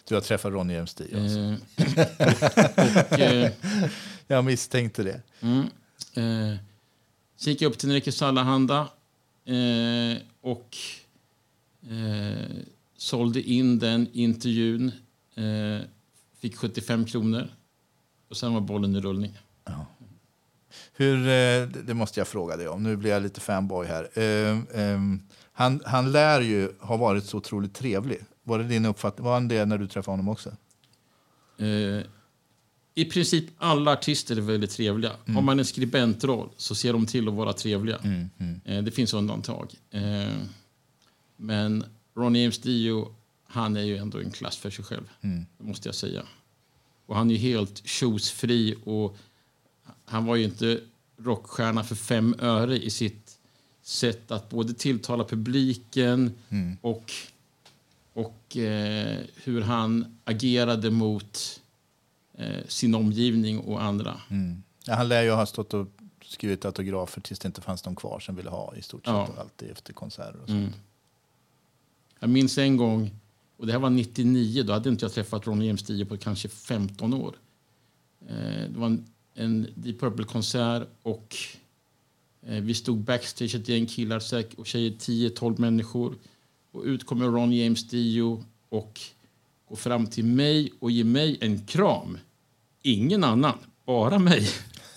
Du har träffat Ronny James Dio. Eh, och, eh, jag misstänkte det. Mm, eh, så gick jag upp till Nerikes Allehanda eh, och eh, sålde in den intervjun. Eh, fick sjuttiofem kronor. Och sen var bollen i rullning. Ja. Hur, eh, det måste jag fråga dig om. Nu blir jag lite fanboy här. Eh, eh, han, han lär ju ha varit så otroligt trevlig. Var det din uppfattning? Var han det när du träffade honom också? Eh, I princip alla artister är väldigt trevliga. Mm. Har man en skribentroll så ser de till att vara trevliga. Mm, mm. Eh, det finns undantag. Eh, men Ronny James Dio, han är ju ändå en klass för sig själv. Mm. Det måste jag säga. Och han är helt tjusfri och han var ju inte rockstjärna för fem öre i sitt sätt att både tilltala publiken mm. och, och eh, hur han agerade mot eh, sin omgivning och andra. Mm. Ja, han lär ju ha stått och skrivit autografer tills det inte fanns någon kvar som ville ha i stort sett ja. och alltid efter konserter och sånt. Mm. Jag minns en gång, och det här var nittionio, då hade inte jag träffat Ronny James Dio på kanske femton år. Eh, det var en, en Deep Purple-konsert och eh, vi stod backstage, ett gäng killar och tjejer, tio tolv människor. Och ut kommer Ronny James Dio och går fram till mig och ger mig en kram. Ingen annan, bara mig.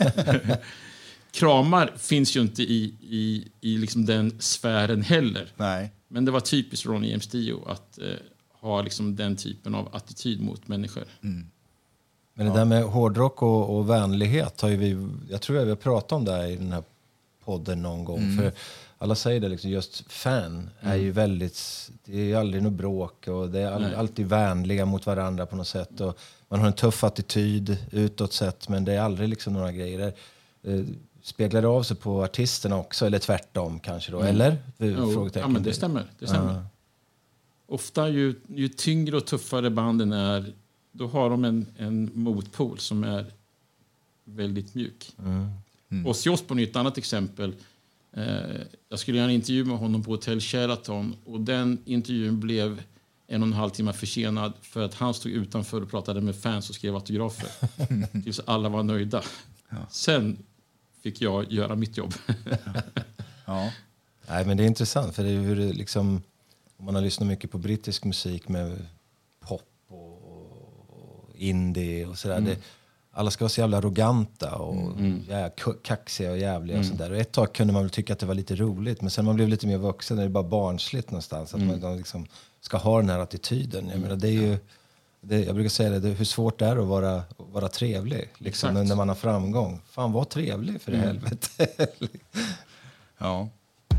Kramar finns ju inte i, i, i liksom den sfären heller. Nej. Men det var typiskt Ronny James Dio att eh, ha liksom den typen av attityd mot människor. Mm. Men det ja. där med hårdrock och, och vänlighet har ju vi, jag tror vi har pratat om det här i den här podden någon gång. Mm. För alla säger det, liksom, just fan är mm. ju väldigt, det är aldrig något bråk och det är all, alltid vänliga mot varandra på något sätt. Och man har en tuff attityd utåt sett, men det är aldrig liksom några grejer. Eh, speglar det av sig på artisterna också, eller tvärtom kanske då, mm. eller? Jo, ja, men det stämmer. Det stämmer. Uh. Ofta ju, ju tyngre och tuffare banden är, då har de en, en motpol som är väldigt mjuk. Mm. Mm. Ozzy Osbourne är ett annat exempel. Eh, jag skulle göra en intervju med honom på Hotel Sheraton och den intervjun blev en och en halv timme försenad för att han stod utanför och pratade med fans och skrev autografer. Tills alla var nöjda. Ja. Sen fick jag göra mitt jobb. ja. Nej, men det är intressant för det är hur det liksom, om man har lyssnat mycket på brittisk musik med pop och, och indie och sådär. Mm. Det, alla ska vara så jävla arroganta och mm. ja, kaxiga och jävliga mm. och sådär. Och ett tag kunde man väl tycka att det var lite roligt, men sen man blev lite mer vuxen är det bara barnsligt någonstans att mm. man liksom ska ha den här attityden. Jag menar, det är ju det, jag brukar säga det, det, hur svårt det är att vara, vara trevlig liksom, när man har framgång. Fan, var trevlig för det mm. helvete. ja.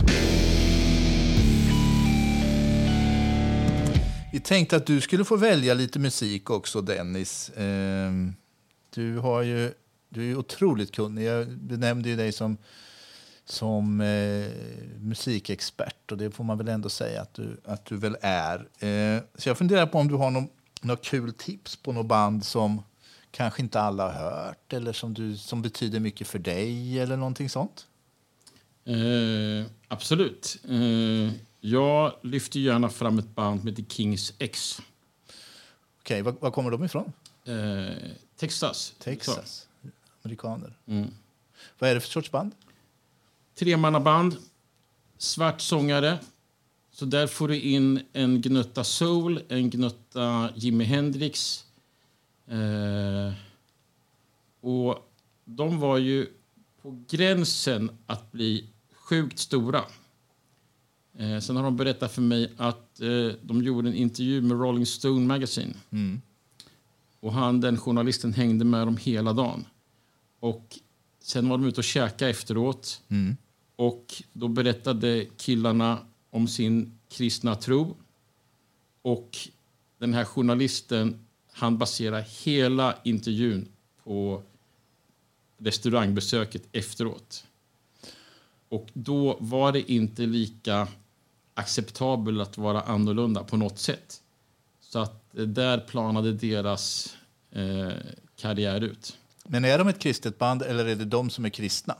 Vi tänkte att du skulle få välja lite musik också, Dennis. Ehm, du, har ju, du är ju otroligt kunnig. Jag benämnde ju dig som, som eh, musikexpert och det får man väl ändå säga att du, att du väl är. Ehm, så jag funderar på om du har någon, någon kul tips på något band som kanske inte alla har hört eller som, du, som betyder mycket för dig eller någonting sånt? Eh, absolut. Eh, jag lyfter gärna fram ett band med Kings X. Okej, okay, var, var kommer de ifrån? Eh, Texas. Texas. Så. Amerikaner. Mm. Vad är det för sorts band? Tremannaband. Svart sångare. Så där får du in en gnutta soul, en gnutta Jimi Hendrix. Eh, och de var ju på gränsen att bli sjukt stora. Eh, sen har de berättat för mig att eh, de gjorde en intervju med Rolling Stone Magazine. Mm. Och han, den journalisten, hängde med dem hela dagen. Och sen var de ute och käka efteråt. Mm. Och då berättade killarna om sin kristna tro. Och den här journalisten, han baserar hela intervjun på restaurangbesöket efteråt. Och då var det inte lika acceptabelt att vara annorlunda på något sätt. Så att där planade deras eh, karriär ut. Men är de ett kristet band eller är det de som är kristna?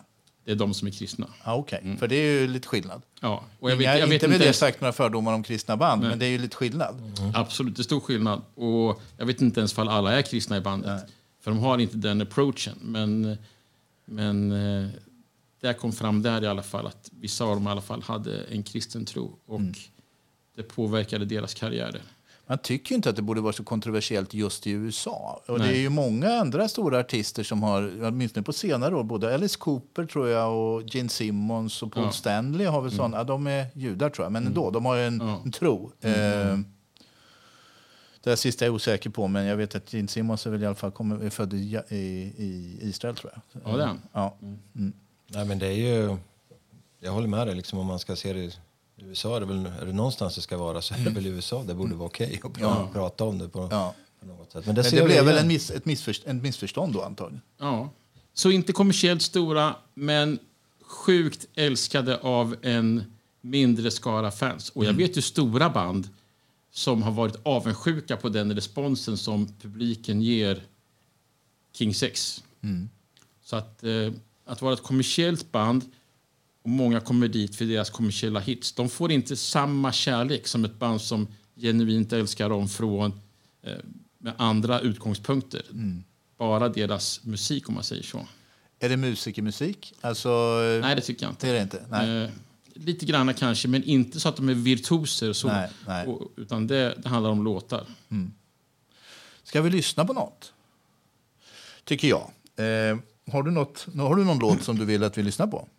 det är de som är kristna. Ah, Okej, okay. mm. För det är ju lite skillnad. Ja, och jag vet, jag inte vet med inte det sagt några fördomar om kristna band, nej. Men det är ju lite skillnad. Mm. Absolut, det är stor skillnad. Och jag vet inte ens om alla är kristna i bandet. Nej. För de har inte den approachen. Men, men det kom fram där i alla fall att vissa av dem i alla fall hade en kristen tro. Och mm. det påverkade deras karriärer. Man tycker ju inte att det borde vara så kontroversiellt just i U S A. Och Nej. Det är ju många andra stora artister som har, åtminstone på senare år, både Alice Cooper tror jag och Gene Simmons och Paul ja. Stanley har väl mm. sådana. Ja, de är judar tror jag, men ändå, de har ju en, ja. en tro. Mm. Eh, det sista är jag osäker på, men jag vet att Gene Simmons är väl i alla fall kommer, är född i, i, i Israel tror jag. Ja, det är han. Ja. Mm. Nej, men det är ju, jag håller med dig liksom, om man ska se det i U S A, är det, väl, är det någonstans det ska vara så är det väl i U S A. Det borde vara okej okay att ja. prata om det på, ja. på något sätt. Men det, men det blev väl en miss, ett, missförstånd, ett missförstånd då antagligen. Ja. Så inte kommersiellt stora, men sjukt älskade av en mindre skara fans. Och jag vet ju stora band som har varit avundsjuka på den responsen som publiken ger King sex. Mm. Så att, eh, att vara ett kommersiellt band och många kommer dit för deras kommersiella hits. De får inte samma kärlek som ett band som genuint älskar dem från eh, med andra utgångspunkter. Mm. Bara deras musik om man säger så. Är det musikermusik? Alltså, nej, det tycker jag inte. Det är det inte. Nej. Eh, lite grann kanske, men inte så att de är virtuoser. Så, nej, nej. Och, utan det, det handlar om låtar. Mm. Ska vi lyssna på något? Tycker jag. Eh, har, du något, har du någon låt som du vill att vi lyssnar på?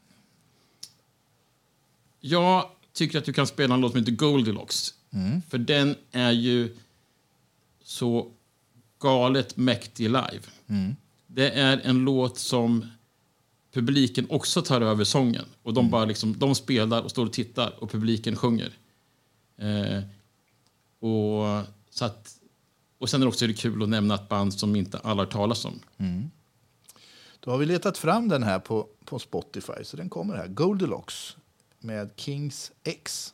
Jag tycker att du kan spela en låt som heter Goldilocks. Mm. För den är ju så galet mäktig live. Mm. Det är en låt som publiken också tar över sången. Och de, mm. bara liksom, de spelar och står och tittar och publiken sjunger. Eh, och, så att, och sen är det också kul att nämna ett band som inte alla har talat om. Mm. Då har vi letat fram den här på, på Spotify. Så den kommer här. Goldilocks med Kings X.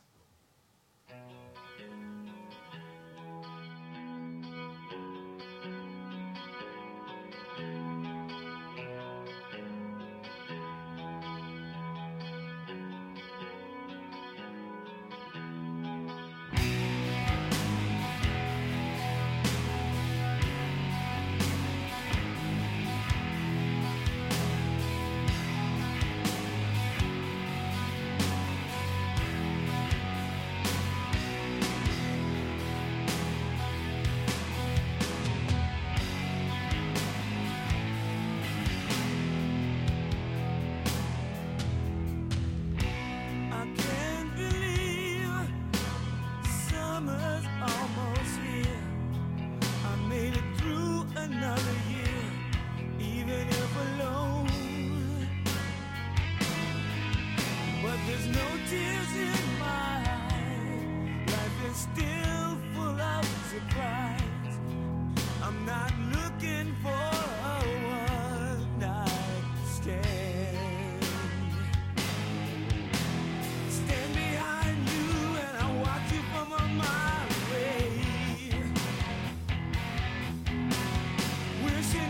Wishing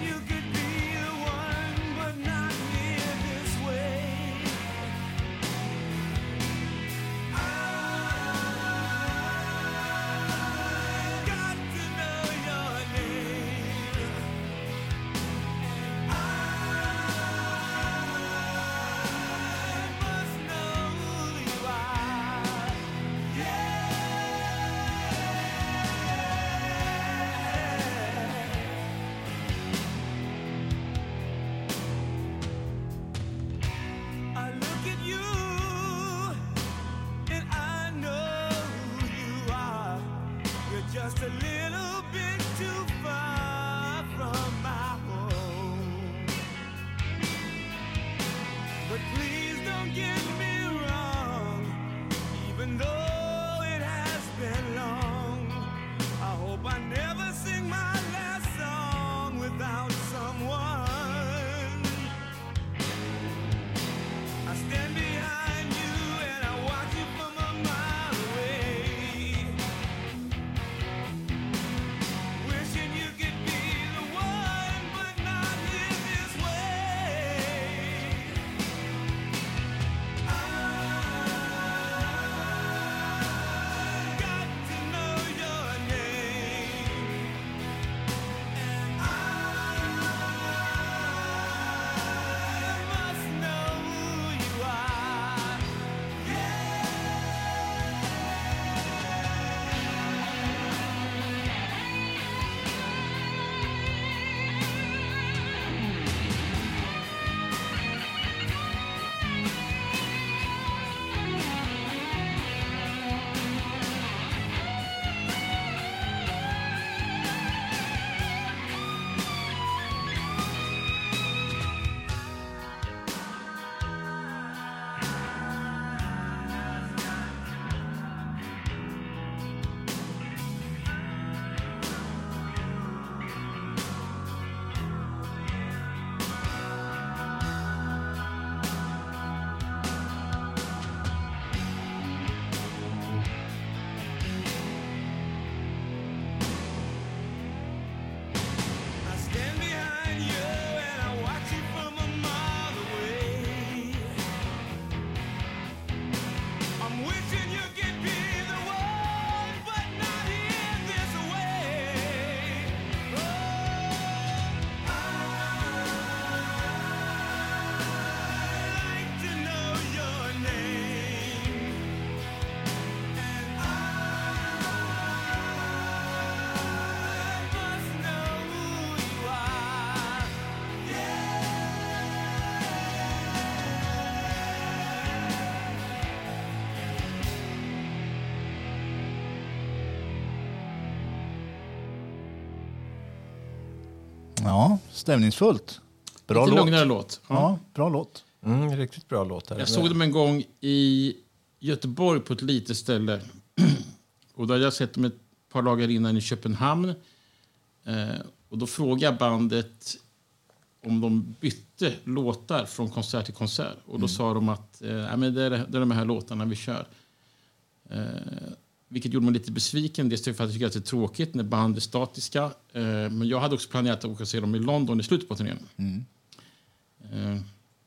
Ja, stämningsfullt. Bra Lite låt. lugnare låt. Ja. Ja, bra låt. Mm, riktigt bra låt. Här. Jag såg dem en gång i Göteborg på ett litet ställe. Och då hade jag sett dem ett par dagar innan i Köpenhamn. Eh, och då frågade bandet om de bytte låtar från konsert till konsert. Och då mm. sa de att eh, men det, är, det är de här låtarna vi kör. Eh, vilket gjorde mig lite besviken. Dels för att jag tycker att det är tråkigt när band är statiska. Eh, men jag hade också planerat att åka och se dem i London i slutet på turnén. Mm. Eh,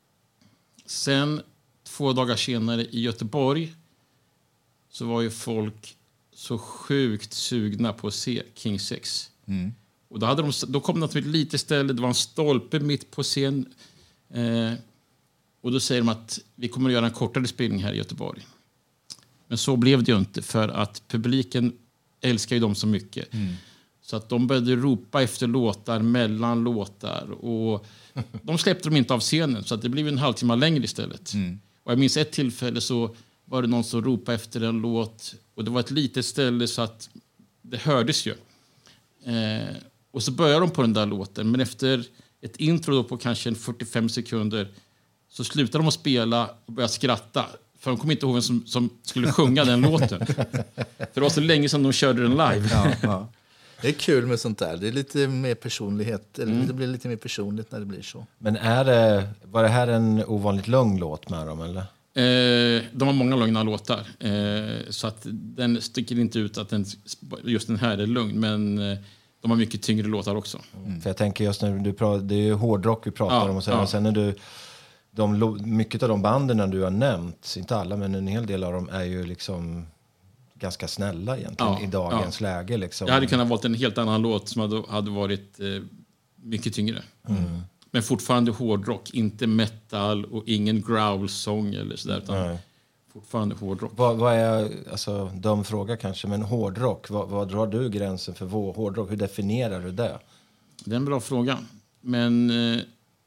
sen två dagar senare i Göteborg så var ju folk så sjukt sugna på att se King sex. Mm. Och då, hade de, då kom de till ett litet ställe, det var en stolpe mitt på scen. Eh, och då säger de att vi kommer att göra en kortare spelning här i Göteborg. Men så blev det ju inte, för att publiken älskar ju dem så mycket. Mm. Så att de började ropa efter låtar, mellan låtar. Och de släppte dem inte av scenen, så att det blev en halvtimme längre istället. Mm. Och jag minns ett tillfälle så var det någon som ropade efter en låt. Och det var ett litet ställe så att det hördes ju. Eh, och så började de på den där låten. Men efter ett intro då på kanske fyrtiofem sekunder så slutade de att spela och började skratta. För de kom inte ihåg vem som, som skulle sjunga den låten. För det var så länge sedan de körde den live. Ja, ja. Det är kul med sånt där. Det är lite mer personlighet. Eller mm. Det blir lite mer personligt när det blir så. Men är det, var det här en ovanligt lång låt med dem, eller? Eh, de har många lugna låtar. Eh, så att den sticker inte ut att den, just den här är lugn. Men eh, de har mycket tyngre låtar också. Mm. För jag tänker just när du pratar, det är ju hårdrock vi pratar ja, om. Och sen, ja. och sen när du, de, mycket av de banden du har nämnt, inte alla men en hel del av dem är ju liksom ganska snälla egentligen ja, i dagens ja. läge. Liksom. Jag hade kunnat valt en helt annan låt som hade, hade varit eh, mycket tyngre. Mm. Men fortfarande hårdrock, inte metal och ingen growl-sång eller sådär, utan Nej. fortfarande hårdrock. Vad, vad är, alltså, dum fråga kanske, men hårdrock, vad, vad drar du gränsen för hårdrock? Hur definierar du det? Det är en bra fråga. Men eh,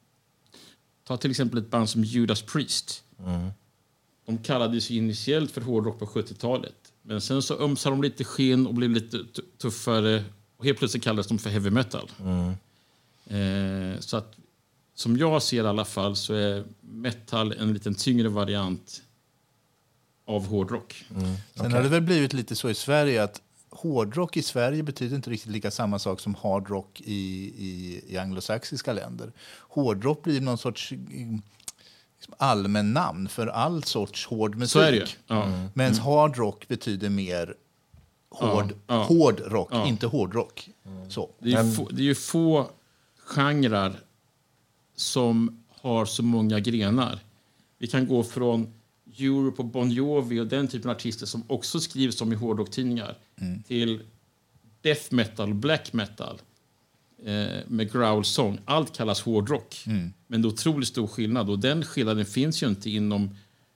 ta till exempel ett band som Judas Priest. Mm. De kallades ju initiellt för hårdrock på sjuttiotalet. Men sen så ömsade de lite skinn och blev lite tuffare. Och helt plötsligt kallades de för heavy metal. Mm. Eh, så att som jag ser i alla fall så är metal en liten tyngre variant av hårdrock. Mm. Okay. Sen har det väl blivit lite så i Sverige att hårdrock i Sverige betyder inte riktigt lika samma sak som hardrock i, i, i anglosaxiska länder. Hårdrock blir någon sorts allmän namn för all sorts hård musik. Så är det. Ja. Mm. Medan mm. hardrock betyder mer hård, ja. Ja. hård rock, ja. inte hårdrock. Mm. Så. Det är ju få, det är ju få genrer som har så många grenar. Vi kan gå från Europe och Bon Jovi och den typen av artister som också skrivs om i hårdrocktidningar mm. till death metal, black metal eh, med growl-sång. Allt kallas hårdrock. Mm. Men det är otroligt stor skillnad. Och den skillnaden finns ju inte inom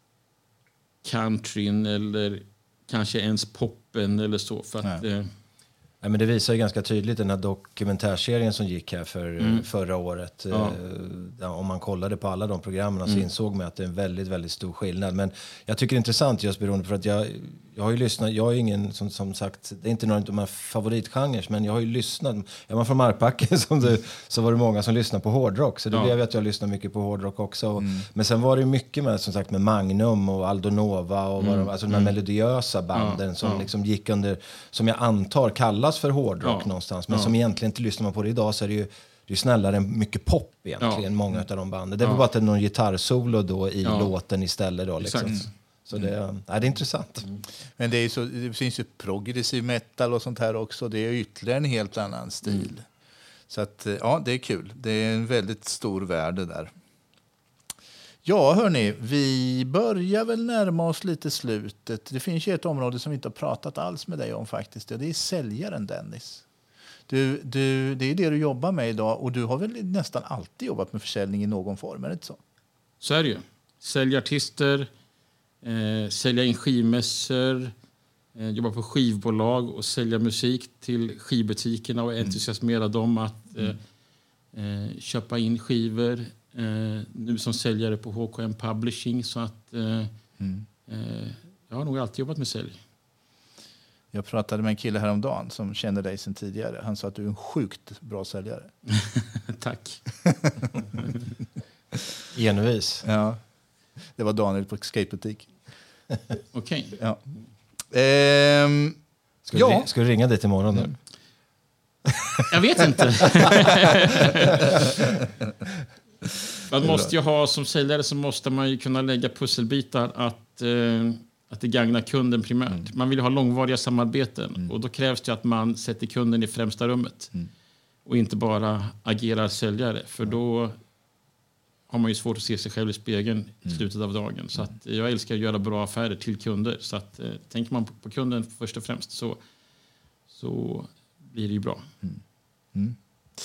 countryn eller kanske ens poppen eller så. För att, eh, Ja, men det visar ju ganska tydligt den här dokumentärserien som gick här för mm. förra året. Ja. Ja, om man kollade på alla de programmen mm. så insåg man att det är en väldigt, väldigt stor skillnad. Men jag tycker det är intressant just beroende på att jag, jag har ju lyssnat, jag är ingen som, som sagt, det är inte någon av de här favoritgenrer, men jag har ju lyssnat. Är man från Markbacke som du, så var det många som lyssnade på hårdrock. Så det ja. blev att jag lyssnade mycket på hårdrock också. Mm. Men sen var det mycket med, som sagt, med Magnum och Aldo Nova och mm. de, alltså de här mm. melodiösa banden ja. som ja. liksom gick under, som jag antar kallas för hårdrock ja. någonstans, men ja. som egentligen inte lyssnar man på det idag så är det ju det är snällare än mycket pop egentligen, ja. många av de banden. Det är ja. bara att det är någon gitarrsolo då i ja. låten istället då liksom. Mm. Så det, mm. ja, det är intressant. Mm. Men det, är så, det finns ju progressiv metal och sånt här också. Det är ytterligare en helt annan stil. Mm. Så att, ja, det är kul. Det är en väldigt stor värld där. Ja, hörni, vi börjar väl närma oss lite slutet. Det finns ju ett område som vi inte har pratat alls med dig om faktiskt. Det är säljaren, Dennis. Du, du, det är det du jobbar med idag och du har väl nästan alltid jobbat med försäljning i någon form, är det inte så? Så är det ju. Sälja artister, eh, sälja in skivmässor, eh, jobba på skivbolag och sälja musik till skivbutikerna och entusiasmera mm. dem att eh, eh, köpa in skivor. Eh, nu som säljare på H K M Publishing, så att eh, mm. eh, jag har nog alltid jobbat med sälj. Jag pratade med en kille häromdagen som känner dig sedan tidigare. Han sa att du är en sjukt bra säljare. tack. Envis. Ja. Det var Daniel på skatebutik. Okej. Okay. Ja. Ehm, ska, ja. du, ska du ringa dit imorgon nu? Mm. Jag vet inte. Man måste ju ha, som säljare så måste man ju kunna lägga pusselbitar att, eh, att det gagnar kunden primärt. Mm. Man vill ha långvariga samarbeten mm. och då krävs det att man sätter kunden i främsta rummet mm. och inte bara agerar säljare, för då har man ju svårt att se sig själv i spegeln mm. i slutet av dagen. Så att jag älskar att göra bra affärer till kunder, så att eh, tänker man på, på kunden först och främst så, så blir det ju bra. Mm. Mm.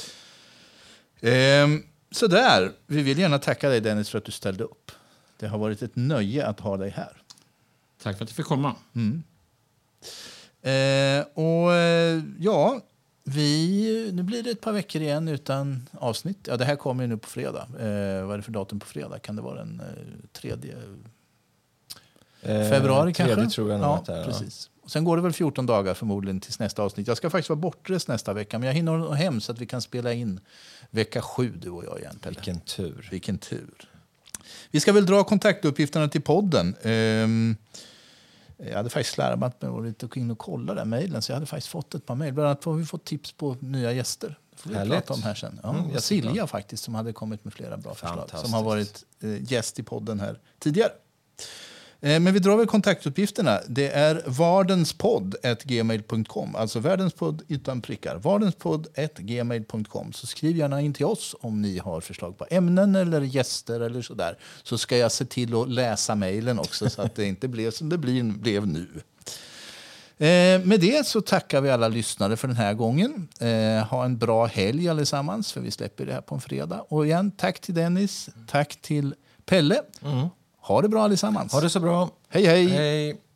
Ehm, så där. Vi vill gärna tacka dig, Dennis, för att du ställde upp. Det har varit ett nöje att ha dig här. Tack för att du fick komma. Mm. Ehm, och ja, vi, nu blir det ett par veckor igen utan avsnitt. Ja, det här kommer ju nu på fredag. Ehm, vad är det för datum på fredag? Kan det vara den eh, tredje eh, februari tredje, kanske? tror jag nog ja, att det är, precis. Och sen går det väl fjorton dagar förmodligen tills nästa avsnitt. Jag ska faktiskt vara bortrest nästa vecka, men jag hinner nog hem så att vi kan spela in vecka sju, du och jag igen, Pelle. Vilken tur. Vilken tur. Vi ska väl dra kontaktuppgifterna till podden. Um, jag hade faktiskt slarvat med att gå in och kolla den mejlen, så jag hade faktiskt fått ett par mejl. Bland annat har vi fått tips på nya gäster. Det får vi Härligt. prata om här sen. Ja, mm, Silja faktiskt, som hade kommit med flera bra förslag. Som har varit eh, gäst i podden här tidigare. Men vi drar väl kontaktuppgifterna. Det är vardenspodd at gmail punkt com. Alltså värdenspodd utan prickar. vardenspodd at gmail punkt com. Så skriv gärna in till oss om ni har förslag på ämnen eller gäster eller sådär. Så ska jag se till att läsa mejlen också så att det inte blev som det blev nu. Eh, med det så tackar vi alla lyssnare för den här gången. Eh, ha en bra helg allesammans, för vi släpper det här på en fredag. Och igen, tack till Dennis. Tack till Pelle. Mm. Ha det bra allesammans. Ha det så bra. Hej, hej. Hej.